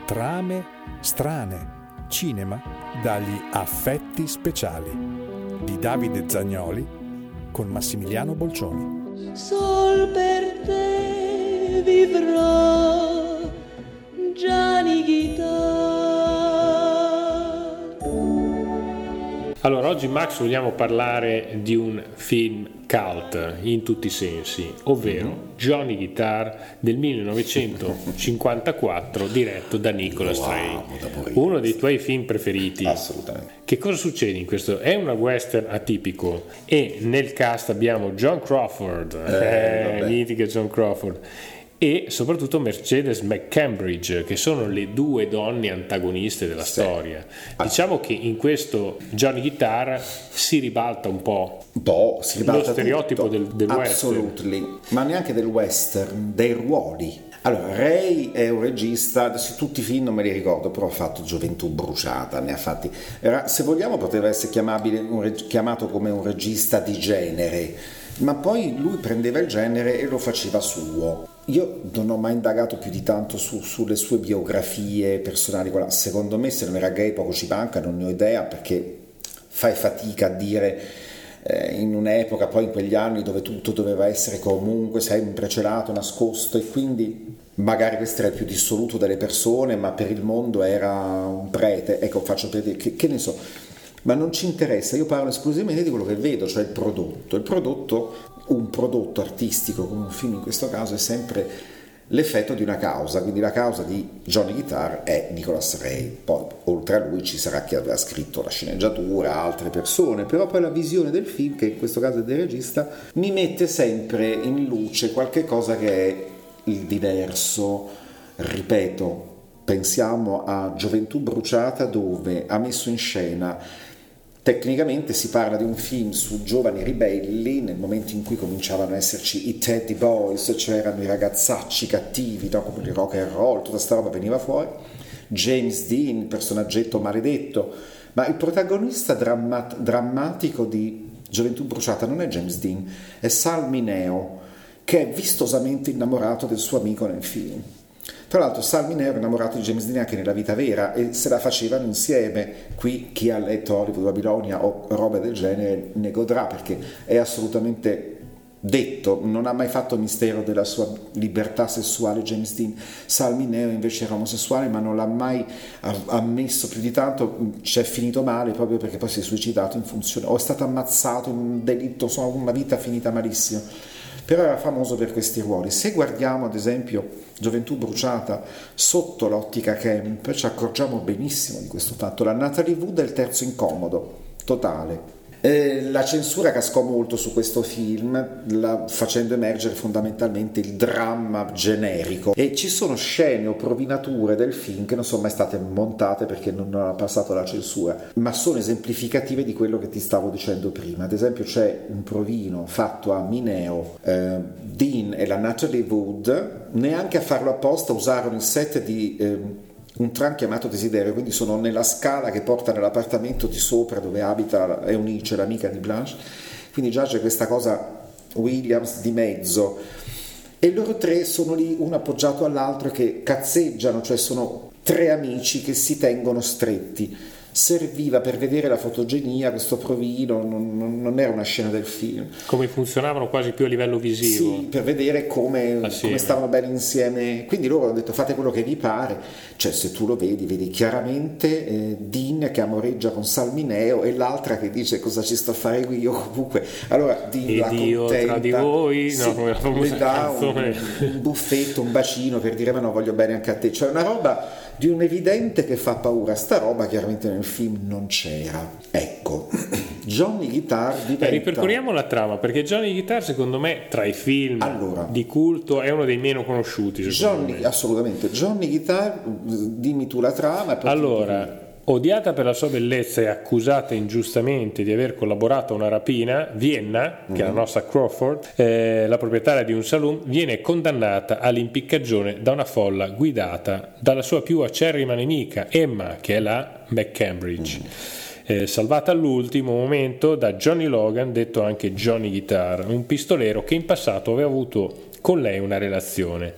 Trame strane. Cinema dagli affetti speciali di Davide Zagnoli con Massimiliano Bolcioni. Sol per te vivrò, Gianni Guitar. Allora, oggi Max vogliamo parlare di un film cult in tutti i sensi, ovvero Johnny Guitar del 1954 diretto da Nicolas Ray, uno dei tuoi film preferiti. Assolutamente. Che cosa succede in questo? È una western atipico e nel cast abbiamo John Crawford, mitico John Crawford, e soprattutto Mercedes McCambridge, che sono le due donne antagoniste della storia. Diciamo che in questo Johnny Guitar si ribalta un po' lo stereotipo del western. Ma neanche del western, dei ruoli. Allora, Ray è un regista, adesso tutti i film non me li ricordo, però ha fatto Gioventù bruciata, ne ha fatti. Se vogliamo poteva essere chiamato come un regista di genere, ma poi lui prendeva il genere e lo faceva suo. Io non ho mai indagato più di tanto sulle sue biografie personali. Secondo me, se non era gay poco ci manca, non ne ho idea, perché fai fatica a dire in un'epoca, poi in quegli anni dove tutto doveva essere comunque sempre celato, nascosto, e quindi magari questo era il più dissoluto delle persone, ma per il mondo era un prete. Ecco, faccio per dire che ne so, ma non ci interessa. Io parlo esclusivamente di quello che vedo, cioè il prodotto. Un prodotto artistico come un film in questo caso è sempre l'effetto di una causa, quindi la causa di Johnny Guitar è Nicolas Ray. Poi oltre a lui ci sarà chi aveva scritto la sceneggiatura, altre persone, però poi la visione del film, che in questo caso è del regista, mi mette sempre in luce qualche cosa che è il diverso. Ripeto, pensiamo a Gioventù bruciata, dove ha messo in scena. Tecnicamente si parla di un film su giovani ribelli nel momento in cui cominciavano ad esserci i Teddy Boys, cioè erano i ragazzacci cattivi, no? Come il rock and roll, tutta sta roba veniva fuori. James Dean, personaggetto maledetto, ma il protagonista drammatico di Gioventù bruciata non è James Dean, è Sal Mineo, che è vistosamente innamorato del suo amico nel film. Tra l'altro Sal Mineo era innamorato di James Dean anche nella vita vera e se la facevano insieme. Qui chi ha letto Hollywood Babilonia o roba del genere ne godrà, perché è assolutamente detto, non ha mai fatto mistero della sua libertà sessuale James Dean. Sal Mineo invece era omosessuale, ma non l'ha mai ammesso più di tanto. C'è finito male proprio perché poi si è suicidato in funzione, o è stato ammazzato in un delitto, insomma una vita finita malissimo. Però era famoso per questi ruoli. Se guardiamo ad esempio Gioventù bruciata sotto l'ottica camp, ci accorgiamo benissimo di questo fatto. La Natalie Wood è il terzo incomodo totale. La censura cascò molto su questo film, facendo emergere fondamentalmente il dramma generico, e ci sono scene o provinature del film che non sono mai state montate perché non ha passato la censura, ma sono esemplificative di quello che ti stavo dicendo prima. Ad esempio c'è un provino fatto a Mineo, Dean e la Natalie Wood, neanche a farlo apposta usarono il set di un tram chiamato Desiderio, quindi sono nella scala che porta nell'appartamento di sopra dove abita Eunice, l'amica di Blanche, quindi già c'è questa cosa Williams di mezzo, e loro tre sono lì uno appoggiato all'altro che cazzeggiano, cioè sono tre amici che si tengono stretti. Serviva per vedere la fotogenia, questo provino, non era una scena del film. Come funzionavano quasi più a livello visivo. Sì, per vedere come stavano bene insieme. Quindi loro hanno detto fate quello che vi pare. Cioè se tu lo vedi chiaramente Dean che amoreggia con Sal Mineo e l'altra che dice cosa ci sto a fare qui io comunque. Allora Dean la contenta, tra di voi, sì, le dà un buffetto, un bacino per dire ma no, voglio bene anche a te. Cioè una roba di un evidente che fa paura. Sta roba chiaramente nel film non c'era. Ecco, Johnny Guitar diventa... ripercorriamo la trama, perché Johnny Guitar secondo me tra i film di culto è uno dei meno conosciuti. Assolutamente. Johnny Guitar, dimmi tu la trama. Allora, odiata per la sua bellezza e accusata ingiustamente di aver collaborato a una rapina, Vienna, che è la nostra Crawford, la proprietaria di un saloon, viene condannata all'impiccagione da una folla guidata dalla sua più acerrima nemica, Emma, che è la McCambridge. Salvata all'ultimo momento da Johnny Logan, detto anche Johnny Guitar, un pistolero che in passato aveva avuto con lei una relazione.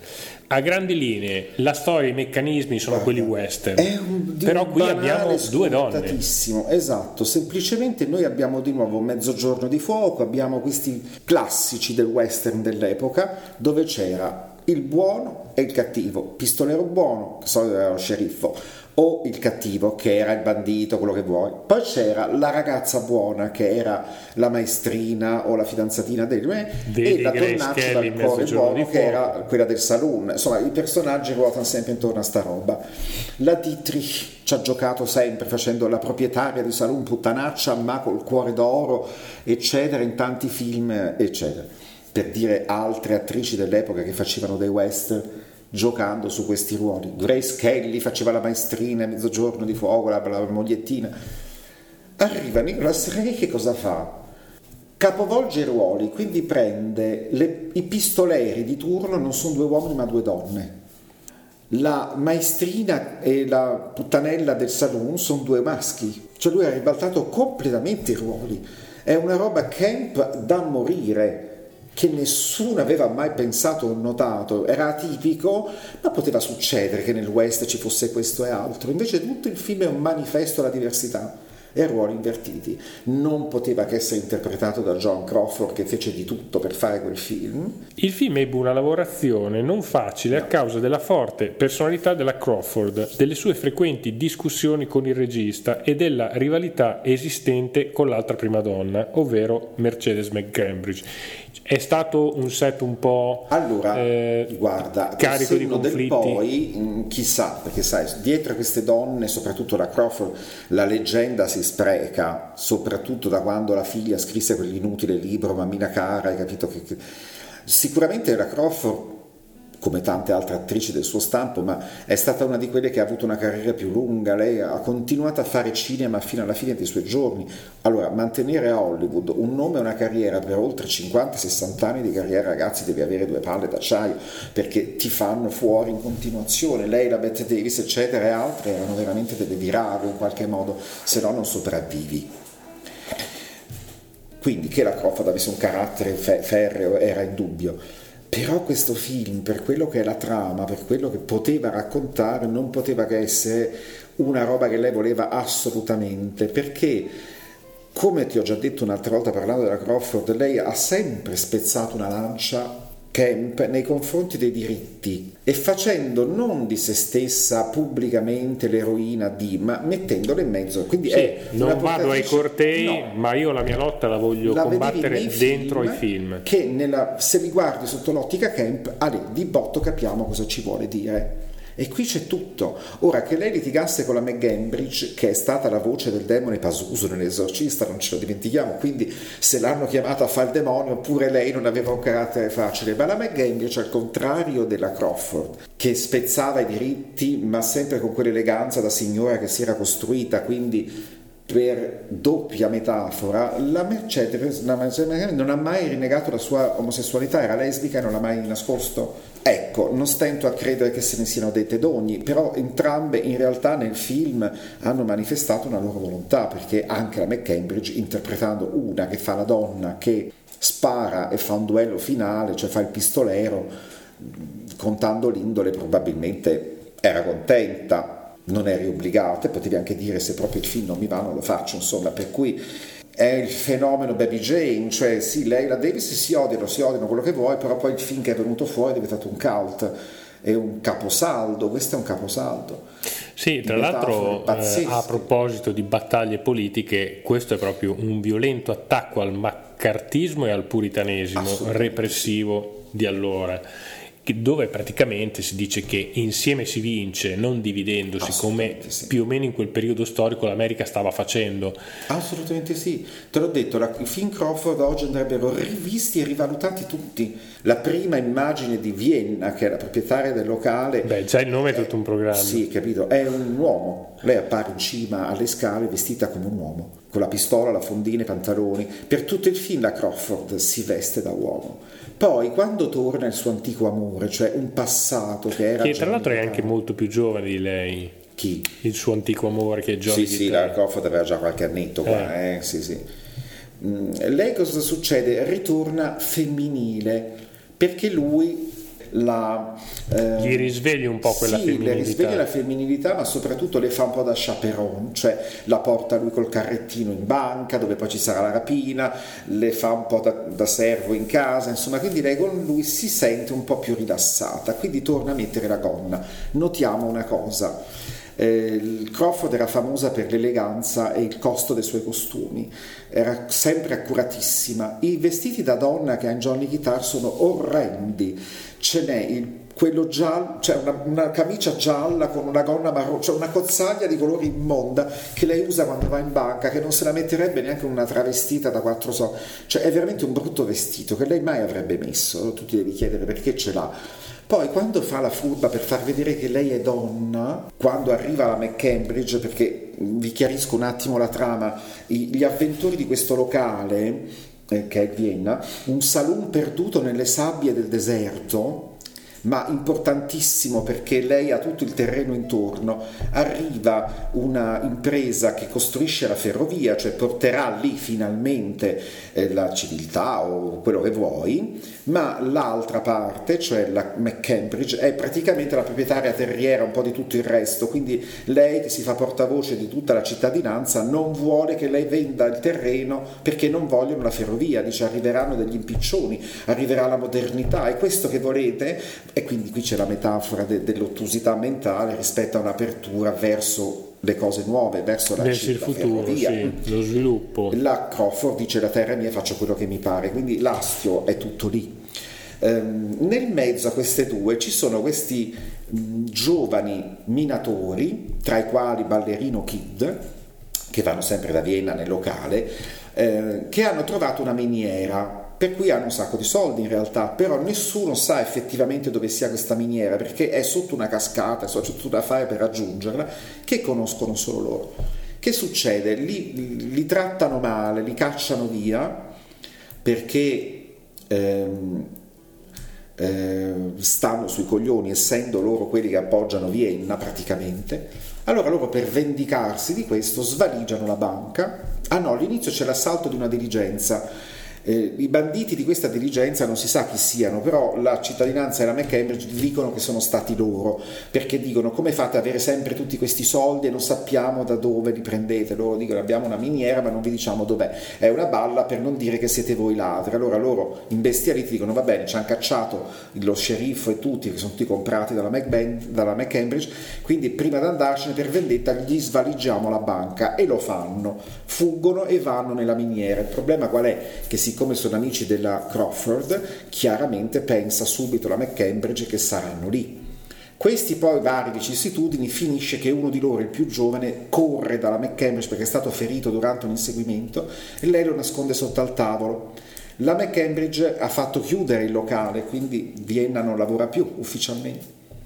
a grandi linee la storia e i meccanismi sono quelli western, però qui abbiamo due donne. Esatto, semplicemente noi abbiamo di nuovo Mezzogiorno di fuoco, abbiamo questi classici del western dell'epoca dove c'era il buono e il cattivo, pistolero buono, che solito era lo sceriffo, o il cattivo che era il bandito, quello che vuoi. Poi c'era la ragazza buona che era la maestrina o la fidanzatina del re, e la tonnaccia dal cuore buono che era quella del saloon. Insomma, i personaggi ruotano sempre intorno a sta roba. La Dietrich ci ha giocato sempre facendo la proprietaria di saloon puttanaccia ma col cuore d'oro, eccetera, in tanti film, eccetera, per dire altre attrici dell'epoca che facevano dei western giocando su questi ruoli. Grace Kelly faceva la maestrina, Mezzogiorno di fuoco, la mogliettina. Arriva Nicolas Ray, che cosa fa? Capovolge i ruoli, quindi prende i pistoleri di turno, non sono due uomini ma due donne. La maestrina e la puttanella del saloon sono due maschi, cioè lui ha ribaltato completamente i ruoli. È una roba camp da morire, che nessuno aveva mai pensato o notato. Era atipico, ma poteva succedere che nel West ci fosse questo e altro. Invece tutto il film è un manifesto alla diversità e a ruoli invertiti. Non poteva che essere interpretato da Joan Crawford, che fece di tutto per fare quel film. Il film ebbe una lavorazione non facile a causa della forte personalità della Crawford, delle sue frequenti discussioni con il regista e della rivalità esistente con l'altra prima donna, ovvero Mercedes McCambridge. È stato un set un po' guarda, carico di conflitti. Del poi, chissà, perché sai, dietro a queste donne, soprattutto la Crawford, la leggenda si spreca, soprattutto da quando la figlia scrisse quell'inutile libro Mammina cara, hai capito che sicuramente la Crawford, come tante altre attrici del suo stampo, ma è stata una di quelle che ha avuto una carriera più lunga. Lei ha continuato a fare cinema fino alla fine dei suoi giorni. Allora, mantenere a Hollywood un nome e una carriera per oltre 50-60 anni di carriera, ragazzi, devi avere due palle d'acciaio, perché ti fanno fuori in continuazione. Lei, la Bette Davis, eccetera, e altre erano veramente delle virali in qualche modo, se no non sopravvivi. Quindi che la Crawford avesse un carattere ferreo era indubbio. Però questo film, per quello che è la trama, per quello che poteva raccontare, non poteva che essere una roba che lei voleva assolutamente, perché, come ti ho già detto un'altra volta parlando della Crawford, lei ha sempre spezzato una lancia camp nei confronti dei diritti, e facendo non di se stessa pubblicamente l'eroina ma mettendole in mezzo. Quindi non vado ai cortei, no, ma io la mia lotta la voglio combattere dentro i film, che se li guardi sotto l'ottica camp, di botto capiamo cosa ci vuole dire. E qui c'è tutto. Ora, che lei litigasse con la McCambridge, che è stata la voce del demone Pazuzu nell'Esorcista, non ce lo dimentichiamo, quindi se l'hanno chiamata a fare il demonio, oppure lei non aveva un carattere facile. Ma la McCambridge, al contrario della Crawford, che spezzava i diritti ma sempre con quell'eleganza da signora che si era costruita, quindi per doppia metafora, la Mercedes non ha mai rinnegato la sua omosessualità, era lesbica e non l'ha mai nascosto. Ecco, non stento a credere che se ne siano dette d'ogni, però entrambe in realtà nel film hanno manifestato una loro volontà, perché anche la McCambridge, interpretando una che fa la donna che spara e fa un duello finale, cioè fa il pistolero, contando l'indole probabilmente era contenta. Non eri obbligata, potevi anche dire se proprio il film non mi va non lo faccio, insomma, per cui è il fenomeno Baby Jane, cioè sì, lei e la Davis si odiano quello che vuoi, però poi il film che è venuto fuori è diventato un cult, è un caposaldo, questo è un caposaldo. Sì, tra l'altro a proposito di battaglie politiche, questo è proprio un violento attacco al maccartismo e al puritanesimo repressivo di allora, dove praticamente si dice che insieme si vince, non dividendosi, come più o meno in quel periodo storico l'America stava facendo. Assolutamente sì, te l'ho detto, i film Crawford oggi andrebbero rivisti e rivalutati tutti. La prima immagine di Vienna, che è la proprietaria del locale, già il nome è tutto un programma. Sì, capito, è un uomo, lei appare in cima alle scale vestita come un uomo, con la pistola, la fondina, i pantaloni. Per tutto il film la Crawford si veste da uomo. Poi quando torna il suo antico amore, cioè un passato che era... Che tra l'altro è anche molto più giovane di lei. Chi? Il suo antico amore, che è Johnny Sì, la Crawford aveva già qualche annetto qua, sì. Lei cosa succede? Ritorna femminile, perché lui gli risvegli un po' quella femminilità. Le risveglia la femminilità, ma soprattutto le fa un po' da chaperon, cioè la porta lui col carrettino in banca dove poi ci sarà la rapina, le fa un po' da servo in casa, insomma, quindi lei con lui si sente un po' più rilassata, quindi torna a mettere la gonna. Notiamo una cosa: Crawford era famosa per l'eleganza e il costo dei suoi costumi, era sempre accuratissima. I vestiti da donna che ha in Johnny Guitar sono orrendi, ce n'è quello giallo, cioè una camicia gialla con una gonna marrone, cioè una cozzaglia di colore immonda che lei usa quando va in banca, che non se la metterebbe neanche una travestita da 4 soldi, cioè è veramente un brutto vestito che lei mai avrebbe messo. Tu ti devi chiedere perché ce l'ha. Poi quando fa la furba per far vedere che lei è donna, quando arriva alla McCambridge, perché vi chiarisco un attimo la trama, gli avventori di questo locale, che è Vienna, un saloon perduto nelle sabbie del deserto, ma importantissimo perché lei ha tutto il terreno intorno, arriva una impresa che costruisce la ferrovia, cioè porterà lì finalmente la civiltà o quello che vuoi, ma l'altra parte, cioè la McCambridge, è praticamente la proprietaria terriera un po' di tutto il resto, quindi lei, che si fa portavoce di tutta la cittadinanza, non vuole che lei venda il terreno perché non vogliono la ferrovia, dice arriveranno degli impiccioni, arriverà la modernità, è questo che volete? E quindi qui c'è la metafora dell'ottusità mentale rispetto a un'apertura verso le cose nuove, verso il futuro, sì, lo sviluppo. La Crawford dice: la terra è mia, faccio quello che mi pare, quindi l'astio è tutto lì. Nel mezzo a queste due ci sono questi giovani minatori, tra i quali Ballerino Kid, che vanno sempre da Vienna nel locale, che hanno trovato una miniera, per cui hanno un sacco di soldi in realtà, però nessuno sa effettivamente dove sia questa miniera, perché è sotto una cascata, c'è tutto da fare per raggiungerla, che conoscono solo loro. Che succede? Li trattano male, li cacciano via, perché stanno sui coglioni, essendo loro quelli che appoggiano Vienna praticamente. Allora loro, per vendicarsi di questo, svaligiano la banca. All'inizio c'è l'assalto di una diligenza. I banditi di questa diligenza non si sa chi siano, però la cittadinanza e la McCambridge dicono che sono stati loro, perché dicono: come fate ad avere sempre tutti questi soldi e non sappiamo da dove li prendete? Loro dicono: abbiamo una miniera ma non vi diciamo dov'è, è una balla per non dire che siete voi ladri. Allora loro, imbestialiti, dicono: va bene, ci hanno cacciato lo sceriffo e tutti, che sono tutti comprati dalla McCambridge, quindi prima di andarcene per vendetta gli svaligiamo la banca, e lo fanno, fuggono e vanno nella miniera. Il problema qual è? Che siccome sono amici della Crawford, chiaramente pensa subito la McCambridge che saranno lì. Questi poi vari vicissitudini, finisce che uno di loro, il più giovane, corre dalla McCambridge perché è stato ferito durante un inseguimento e lei lo nasconde sotto al tavolo. La McCambridge ha fatto chiudere il locale, quindi Vienna non lavora più ufficialmente,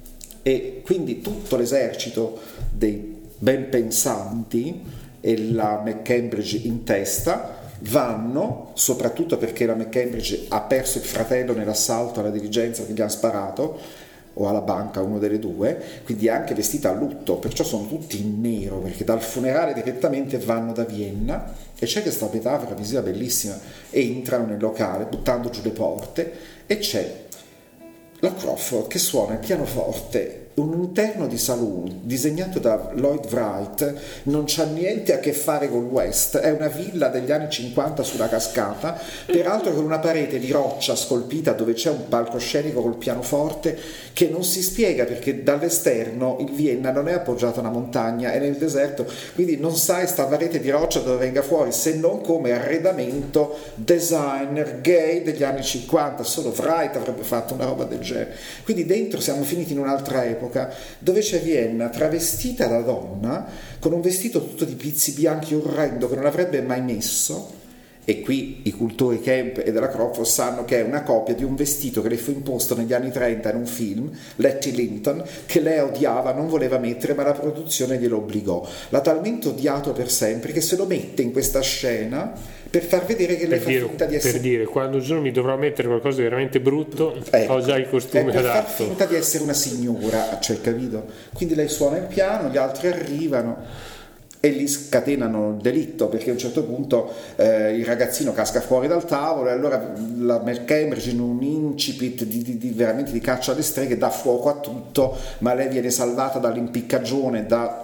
e quindi tutto l'esercito dei ben pensanti e la McCambridge in testa vanno, soprattutto perché la McCambridge ha perso il fratello nell'assalto alla diligenza che gli hanno sparato, o alla banca, uno delle due, quindi è anche vestita a lutto, perciò sono tutti in nero, perché dal funerale direttamente vanno da Vienna. E c'è questa metafora visiva bellissima: entrano nel locale buttando giù le porte e c'è la Crawford che suona il pianoforte, un interno di saloon disegnato da Lloyd Wright, non c'ha niente a che fare con West, è una villa degli anni 50 sulla cascata, peraltro con una parete di roccia scolpita dove c'è un palcoscenico col pianoforte che non si spiega, perché dall'esterno il Vienna non è appoggiato a una montagna, è nel deserto, quindi non sai sta parete di roccia dove venga fuori, se non come arredamento designer gay degli anni 50. Solo Wright avrebbe fatto una roba del genere. Quindi dentro siamo finiti in un'altra epoca, dove c'è Vienna travestita da donna con un vestito tutto di pizzi bianchi orrendo che non avrebbe mai messo, e qui i cultori Camp e della Crawford sanno che è una copia di un vestito che le fu imposto negli anni 30 in un film, Letty Linton, che lei odiava, non voleva mettere, ma la produzione glielo obbligò. L'ha talmente odiato per sempre che se lo mette in questa scena per far vedere che lei fa finta di essere... Per dire, quando un giorno mi dovrò mettere qualcosa di veramente brutto, ho già il costume per adatto. Far finta di essere una signora, cioè, capito? Quindi lei suona il piano, gli altri arrivano e lì scatenano il delitto, perché a un certo punto il ragazzino casca fuori dal tavolo e allora la McCambridge, in un incipit veramente di caccia alle streghe, dà fuoco a tutto, ma lei viene salvata dall'impiccagione da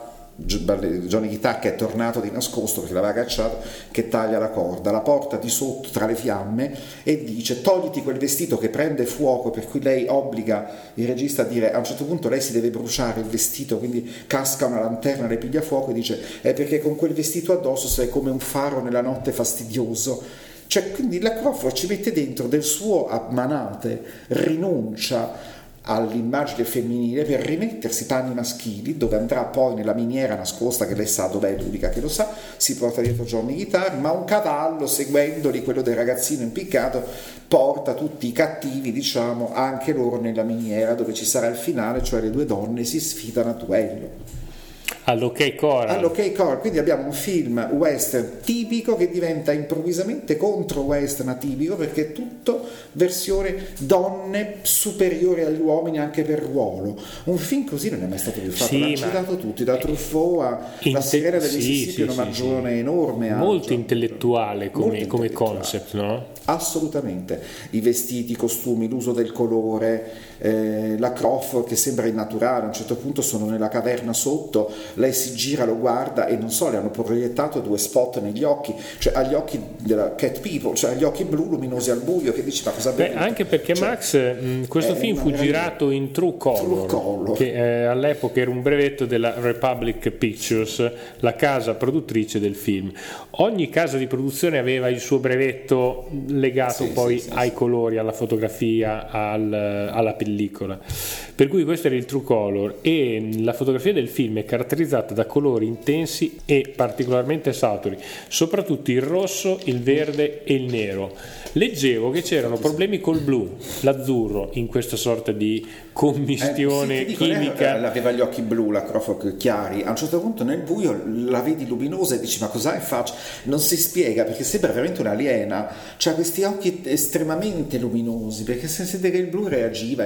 Johnny Guitar, che è tornato di nascosto perché l'aveva cacciato, che taglia la corda, la porta di sotto tra le fiamme e dice: togliti quel vestito che prende fuoco, per cui lei obbliga il regista a dire, a un certo punto lei si deve bruciare il vestito, quindi casca una lanterna, le piglia fuoco e dice: è perché con quel vestito addosso sei come un faro nella notte fastidioso. Cioè, quindi la Crawford ci mette dentro del suo a manate, rinuncia all'immagine femminile per rimettersi panni maschili, dove andrà poi nella miniera nascosta, che lei sa dov'è, l'unica che lo sa, si porta dietro Johnny Guitar, ma un cavallo, seguendoli, quello del ragazzino impiccato, porta tutti i cattivi, diciamo, anche loro nella miniera, dove ci sarà il finale, cioè le due donne si sfidano a duello. All'Ok Coral. Quindi abbiamo un film western tipico che diventa improvvisamente contro western atipico, perché è tutto versione donne superiori agli uomini anche per ruolo. Un film così non è mai stato più fatto, l'hanno citato tutti, da Truffaut a La sirena del Mississippi, un omaggione enorme, molto intellettuale come concept, no? Assolutamente. I vestiti, i costumi, l'uso del colore, la Crawford che sembra innaturale, a un certo punto sono nella caverna sotto, lei si gira, lo guarda e non so, le hanno proiettato 2 spot negli occhi, cioè agli occhi della Cat People, cioè agli occhi blu luminosi al buio, che dici ma cosa Beh, anche perché Max, questo film fu girato in True Color. Che all'epoca era un brevetto della Republic Pictures, la casa produttrice del film. Ogni casa di produzione aveva il suo brevetto legato ai colori, alla fotografia, alla pellicola, per cui questo era il True Color, e la fotografia del film è caratterizzata da colori intensi e particolarmente saturi, soprattutto il rosso, il verde e il nero. Leggevo che c'erano problemi col blu, l'azzurro, in questa sorta di commistione chimica. Aveva gli occhi blu, la Crawford, chiari, a un certo punto nel buio la vedi luminosa e dici ma cos'ha in faccia? Non si spiega, perché sembra veramente un'aliena, c'ha questi occhi estremamente luminosi, perché se sente che il blu reagiva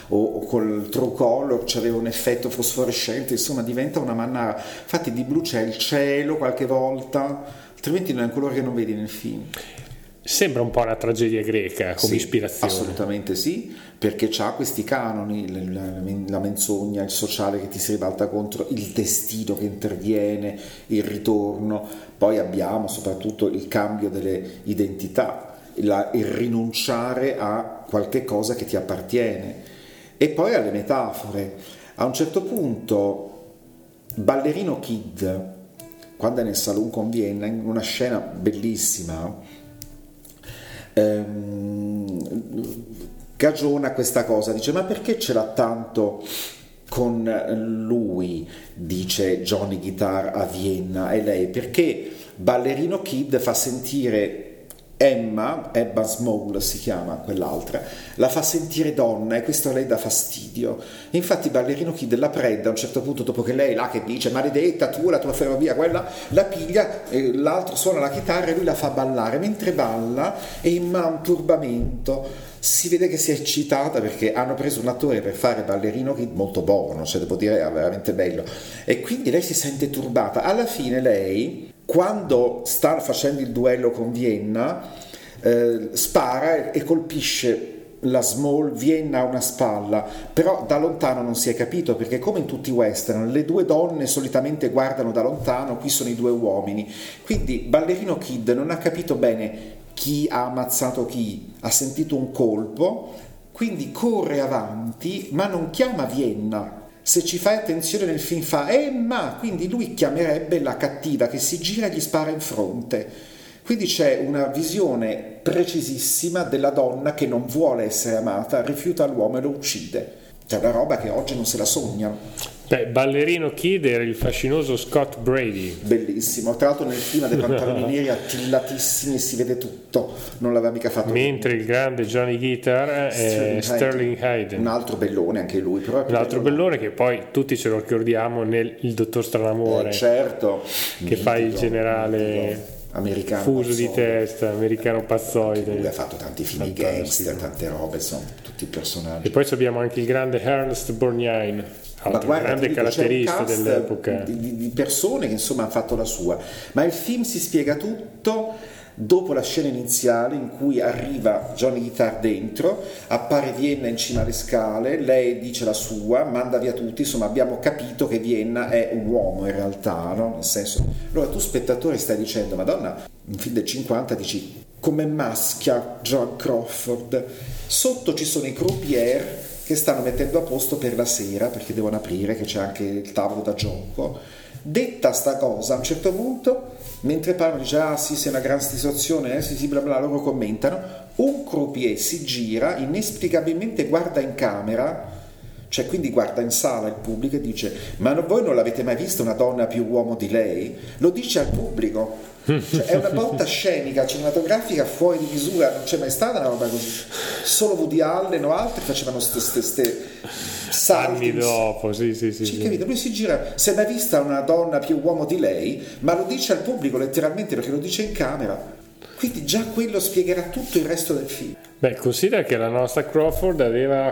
o col True Color c'aveva un effetto fosforescente, insomma diventa una mannara. Infatti di blu c'è il cielo qualche volta, altrimenti non è un colore che non vedi nel film. Sembra un po' una tragedia greca come ispirazione. Assolutamente sì, perché c'ha questi canoni, la menzogna, il sociale che ti si ribalta contro, il destino che interviene, il ritorno. Poi abbiamo soprattutto il cambio delle identità, il rinunciare a qualche cosa che ti appartiene. E poi alle metafore. A un certo punto Ballerino Kid, quando è nel Saloon con Vienna, in una scena bellissima, cagiona questa cosa, dice ma perché ce l'ha tanto con lui, dice Johnny Guitar a Vienna, e lei perché Ballerino Kid fa sentire Ebba Small si chiama quell'altra, la fa sentire donna e questo a lei dà fastidio. Infatti Ballerino Kid la prende a un certo punto, dopo che lei là che dice maledetta tu, la tua ferrovia, quella la piglia, l'altro suona la chitarra e lui la fa ballare, mentre balla e in mano un turbamento. Si vede che si è eccitata perché hanno preso un attore per fare Ballerino Kid molto buono, cioè devo dire è veramente bello, e quindi lei si sente turbata. Alla fine lei, quando sta facendo il duello con Vienna, spara e colpisce la Small. Vienna ha una spalla, però da lontano non si è capito, perché come in tutti i western le due donne solitamente guardano da lontano, qui sono i due uomini, quindi Ballerino Kid non ha capito bene chi ha ammazzato chi, ha sentito un colpo, quindi corre avanti ma non chiama Vienna. Se ci fai attenzione nel film fa ma, quindi lui chiamerebbe la cattiva che si gira e gli spara in fronte. Quindi c'è una visione precisissima della donna che non vuole essere amata, rifiuta l'uomo e lo uccide. C'è una roba che oggi non se la sognano. Ballerino Kid era il fascinoso Scott Brady, bellissimo, tra l'altro nel film ha dei pantaloni neri attillatissimi e si vede tutto, non l'aveva mica fatto, mentre il grande Johnny Guitar è Sterling Hayden, un altro bellone anche lui, però un altro bellone che poi tutti ce lo ricordiamo nel Il Dottor Stranamore, certo, che fa il generale americano fuso di pazzoide. testa, americano pazzoide. Lui ha fatto tanti film di Fantastico. gangster, tante robe, insomma, tutti i personaggi. E poi abbiamo anche il grande Ernest Borgnine, Ma altro guarda, grande ti dico, c'è un caratterista cast dell'epoca. di persone che insomma hanno fatto la sua, ma il film si spiega tutto dopo la scena iniziale in cui arriva Johnny Guitar dentro, appare Vienna in cima alle scale, lei dice la sua, manda via tutti, insomma abbiamo capito che Vienna è un uomo in realtà, no? Nel senso, allora tu spettatore stai dicendo, Madonna, un film del 50 dici come maschia Joan Crawford, sotto ci sono i croupier che stanno mettendo a posto per la sera perché devono aprire, che c'è anche il tavolo da gioco. Detta sta cosa, a un certo punto, mentre parlano, dice ah sì, sei una gran situazione, sì sì, bla bla, loro commentano, un croupier si gira, inexplicabilmente guarda in camera, cioè quindi guarda in sala il pubblico e dice ma voi non l'avete mai vista una donna più uomo di lei? Lo dice al pubblico. Cioè, è una botta scenica, cinematografica fuori di misura, non c'è mai stata una roba così. Solo Woody Allen o altri facevano ste salti. Anni dopo, sì. Capito? Lui si gira, si è mai vista una donna più uomo di lei, ma lo dice al pubblico letteralmente perché lo dice in camera. Quindi già quello spiegherà tutto il resto del film. Beh, considera che la nostra Crawford aveva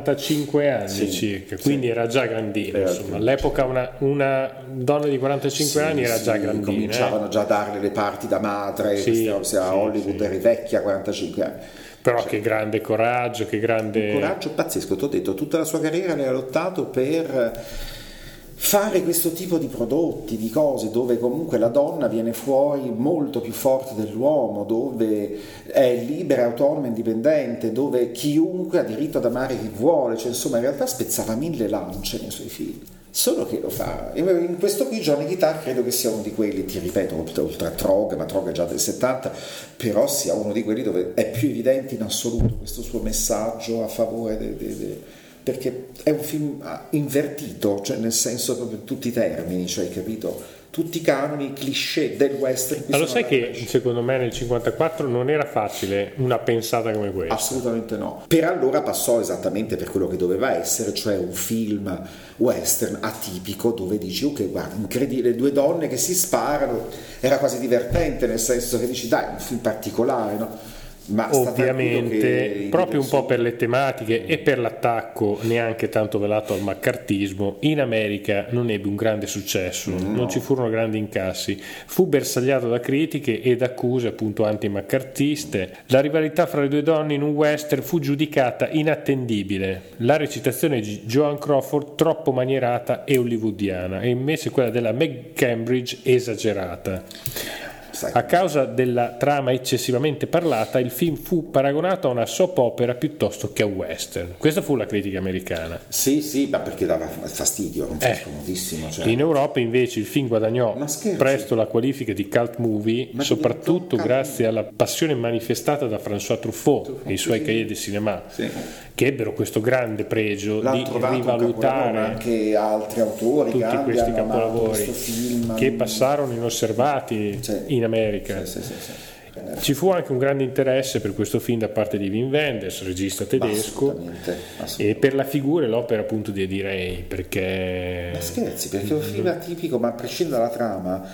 45 anni Sì, circa, quindi era già grandina. Era Insomma, all'epoca una donna di 45 anni era già grandina. Cominciavano già a darle le parti da madre, a Hollywood eri vecchia a 45 anni. Però che grande coraggio, che grande... Un coraggio pazzesco, ti ho detto, tutta la sua carriera lei ha lottato per fare questo tipo di prodotti, di cose dove comunque la donna viene fuori molto più forte dell'uomo, dove è libera, autonoma, indipendente, dove chiunque ha diritto ad amare chi vuole, cioè insomma in realtà spezzava 1000 lance nei suoi film. Solo che lo fa. In questo qui Johnny Guitar credo che sia uno di quelli, ti ripeto, oltre a Trog, ma Trog è già del 70, però sia uno di quelli dove è più evidente in assoluto questo suo messaggio a favore perché è un film invertito, cioè nel senso proprio in tutti i termini, cioè hai capito? Tutti i canoni, cliché del western. Ma lo sai che secondo me nel 54 non era facile una pensata come questa? Assolutamente no. Per allora passò esattamente per quello che doveva essere, cioè un film western atipico dove dici ok, guarda, incredibile, 2 donne che si sparano, era quasi divertente, nel senso che dici dai, un film particolare, no? Ma ovviamente proprio un po' per le tematiche e per l'attacco neanche tanto velato al maccartismo, in America non ebbe un grande successo, non ci furono grandi incassi, fu bersagliato da critiche ed accuse appunto anti-maccartiste. La rivalità fra le 2 donne in un western fu giudicata inattendibile, la recitazione di Joan Crawford troppo manierata e hollywoodiana e invece quella della Meg Cambridge esagerata. A causa della trama eccessivamente parlata, il film fu paragonato a una soap opera piuttosto che a un western. Questa fu la critica americana. Sì, ma perché dava fastidio, era un film scomodissimo. Cioè. In Europa invece il film guadagnò presto la qualifica di cult movie, soprattutto grazie alla passione manifestata da François Truffaut e i suoi cahiers de cinéma, che ebbero questo grande pregio di rivalutare anche altri autori tutti questi capolavori film, che passarono inosservati in America. Sì. Ci fu anche un grande interesse per questo film da parte di Wim Wenders, regista tedesco, assolutamente. E per la figura e l'opera appunto di Eddie Ray, perché... Ma scherzi, perché è un film atipico, ma a prescindere dalla trama,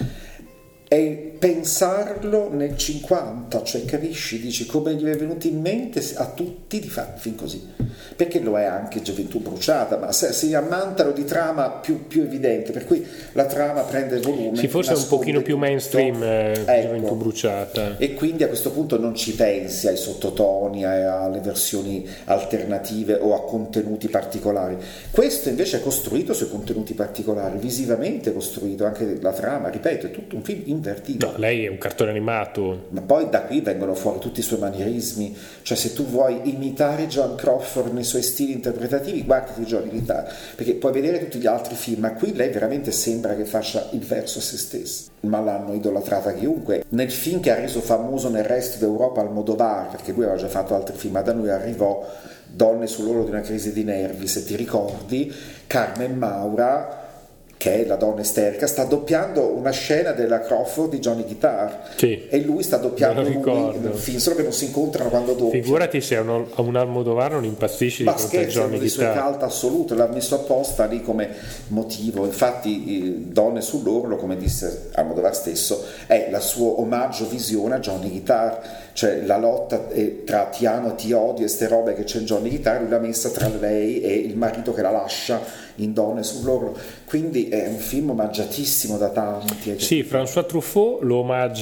è pensarlo nel 50, cioè capisci, dici come gli è venuto in mente a tutti di fare un film così, perché lo è anche Gioventù bruciata, ma si ammantano di trama più evidente, per cui la trama prende volume. Sì, forse è un pochino più mainstream Gioventù bruciata. E quindi a questo punto non ci pensi ai sottotoni, alle versioni alternative o a contenuti particolari. Questo invece è costruito sui contenuti particolari, visivamente costruito, anche la trama, ripeto, è tutto un film invertito. No, lei è un cartone animato. Ma poi da qui vengono fuori tutti i suoi manierismi, cioè se tu vuoi imitare Joan Crawford nei suoi stili interpretativi, guardati Johnny Guitar, perché puoi vedere tutti gli altri film, ma qui lei veramente sembra che faccia il verso a se stessa, ma l'hanno idolatrata chiunque. Nel film che ha reso famoso nel resto d'Europa Almodovar, perché lui aveva già fatto altri film, ma da noi arrivò Donne sull'orlo di una crisi di nervi, se ti ricordi, Carmen Maura, che è la donna isterica, sta doppiando una scena della Crawford di Johnny Guitar, sì, e lui sta doppiando lui nel film, solo che non si incontrano quando doppia. Figurati se a un Almodovar non impazzisci di fronte a Johnny Guitar. Ma scherzo, è cult assoluto, l'ha messo apposta lì come motivo. Infatti Donne sull'orlo, come disse Almodovar stesso, è la sua omaggio visione a Johnny Guitar, cioè la lotta tra ti amo, ti odio e ste robe che c'è in Johnny Guitar, lui l'ha messa tra lei e il marito che la lascia in Donne sull'orlo, quindi è un film omaggiatissimo da tanti. Sì, François Truffaut lo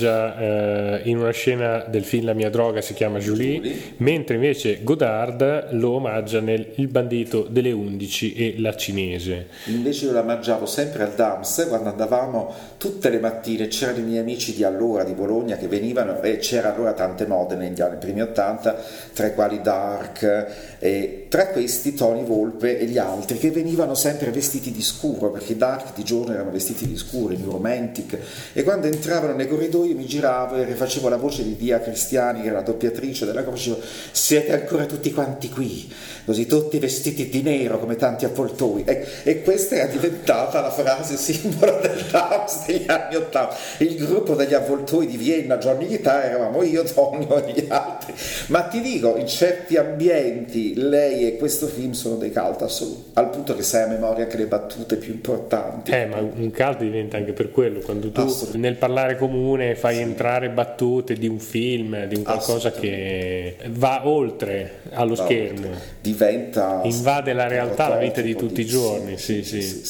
omaggia in una scena del film La mia droga si chiama Julie, mentre invece Godard lo omaggia nel Il bandito delle 11 e La cinese. Invece io la mangiavo sempre al Dams quando andavamo tutte le mattine, c'erano i miei amici di allora di Bologna che venivano, e c'era allora tante mode negli anni primi 80, tra i quali Dark, e tra questi Tony Volpe e gli altri che venivano sempre vestiti di scuro, perché i Dark di giorno erano vestiti di scuro, i New Romantic, e quando entravano nei corridoi mi giravo e facevo la voce di Dia Cristiani, che era la doppiatrice della cosa, facevo: siete ancora tutti quanti qui, così tutti vestiti di nero come tanti avvoltoi, e questa era diventata la frase simbolo del Dams degli anni 80. Il gruppo degli avvoltoi di Vienna, Johnny Guitar, eravamo io, Tonio e gli altri. Ma ti dico, in certi ambienti lei e questo film sono dei cult assoluti, al punto che sai a memoria anche le battute più importanti. Ma un cult diventa anche per quello, quando tu nel parlare comune fai entrare battute di un film, di un qualcosa che va oltre allo schermo, diventa, invade la realtà, la vita di tutti i giorni, sì.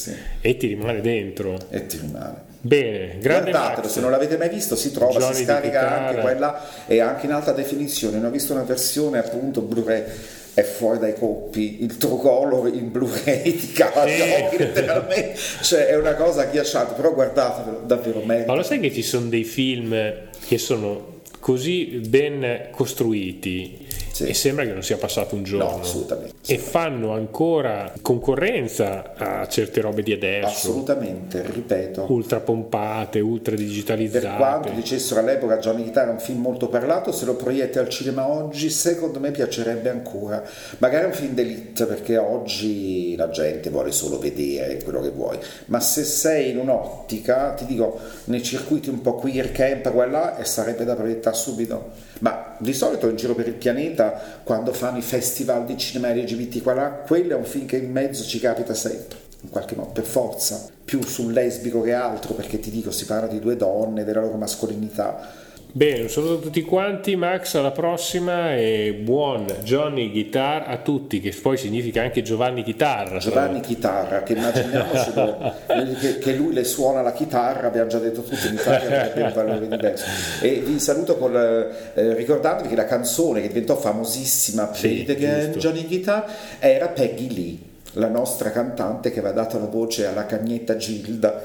E ti rimane dentro. E ti rimane. Bene, grande guardatelo, Max. se non l'avete mai visto si trova, Johnny si scarica anche quella, e anche in alta definizione. Ne ho visto una versione appunto Blu-ray, è fuori dai coppi, il true color in Blu-ray ti cava gli occhi letteralmente, cioè è una cosa agghiacciante, però guardatelo, davvero merita. Ma lo sai che ci sono dei film che sono così ben costruiti e sembra che non sia passato un giorno? No, assolutamente. E fanno ancora concorrenza a certe robe di adesso, assolutamente, ripeto, ultra pompate, ultra digitalizzate. Per quanto dicessero all'epoca Johnny Guitar è un film molto parlato, se lo proietti al cinema oggi secondo me piacerebbe ancora, magari un film d'élite, perché oggi la gente vuole solo vedere quello che vuoi, ma se sei in un'ottica, ti dico, nei circuiti un po' queer camp quella, e sarebbe da proiettare subito. Ma di solito in giro per il pianeta, quando fanno i festival di cinema LGBT quello è un film che in mezzo ci capita sempre, in qualche modo, per forza, più sul lesbico che altro, perché ti dico, si parla di due donne, della loro mascolinità. Bene, un saluto a tutti quanti, Max, alla prossima, e buon Johnny Guitar a tutti, che poi significa anche Giovanni Chitarra. Giovanni Chitarra, che immaginiamoci che lui le suona la chitarra, abbiamo già detto tutti, in Italia avrebbe un valore diverso. E vi saluto ricordandovi che la canzone che diventò famosissima per Johnny Guitar era Peggy Lee, la nostra cantante che aveva dato la voce alla cagnetta Gilda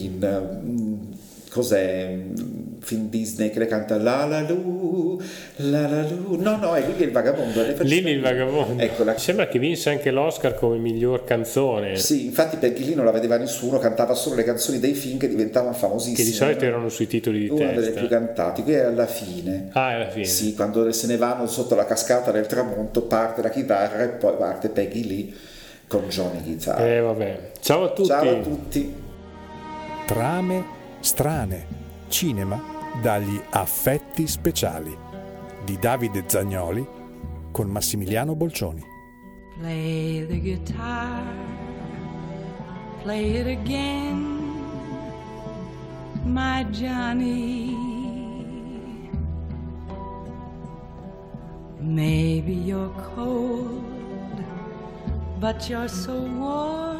in cos'è, film Disney che le canta la la lu, no, è Lily il vagabondo, Lily il vagabondo, eccola. Sembra che vinse anche l'Oscar come miglior canzone. Sì, infatti Peggy Lee non la vedeva nessuno, cantava solo le canzoni dei film che diventavano famosissime, che di solito erano sui titoli di una testa, delle più cantate. Qui è alla fine, è alla fine, sì, quando se ne vanno sotto la cascata del tramonto, parte la chitarra e poi parte Peggy Lee con Johnny Guitar. Vabbè. Ciao a tutti. Ciao a tutti. Trame strane, cinema dagli affetti speciali di Davide Zagnoli con Massimiliano Bolcioni. Play the guitar, play it again, my Johnny. Maybe you're cold, but you're so warm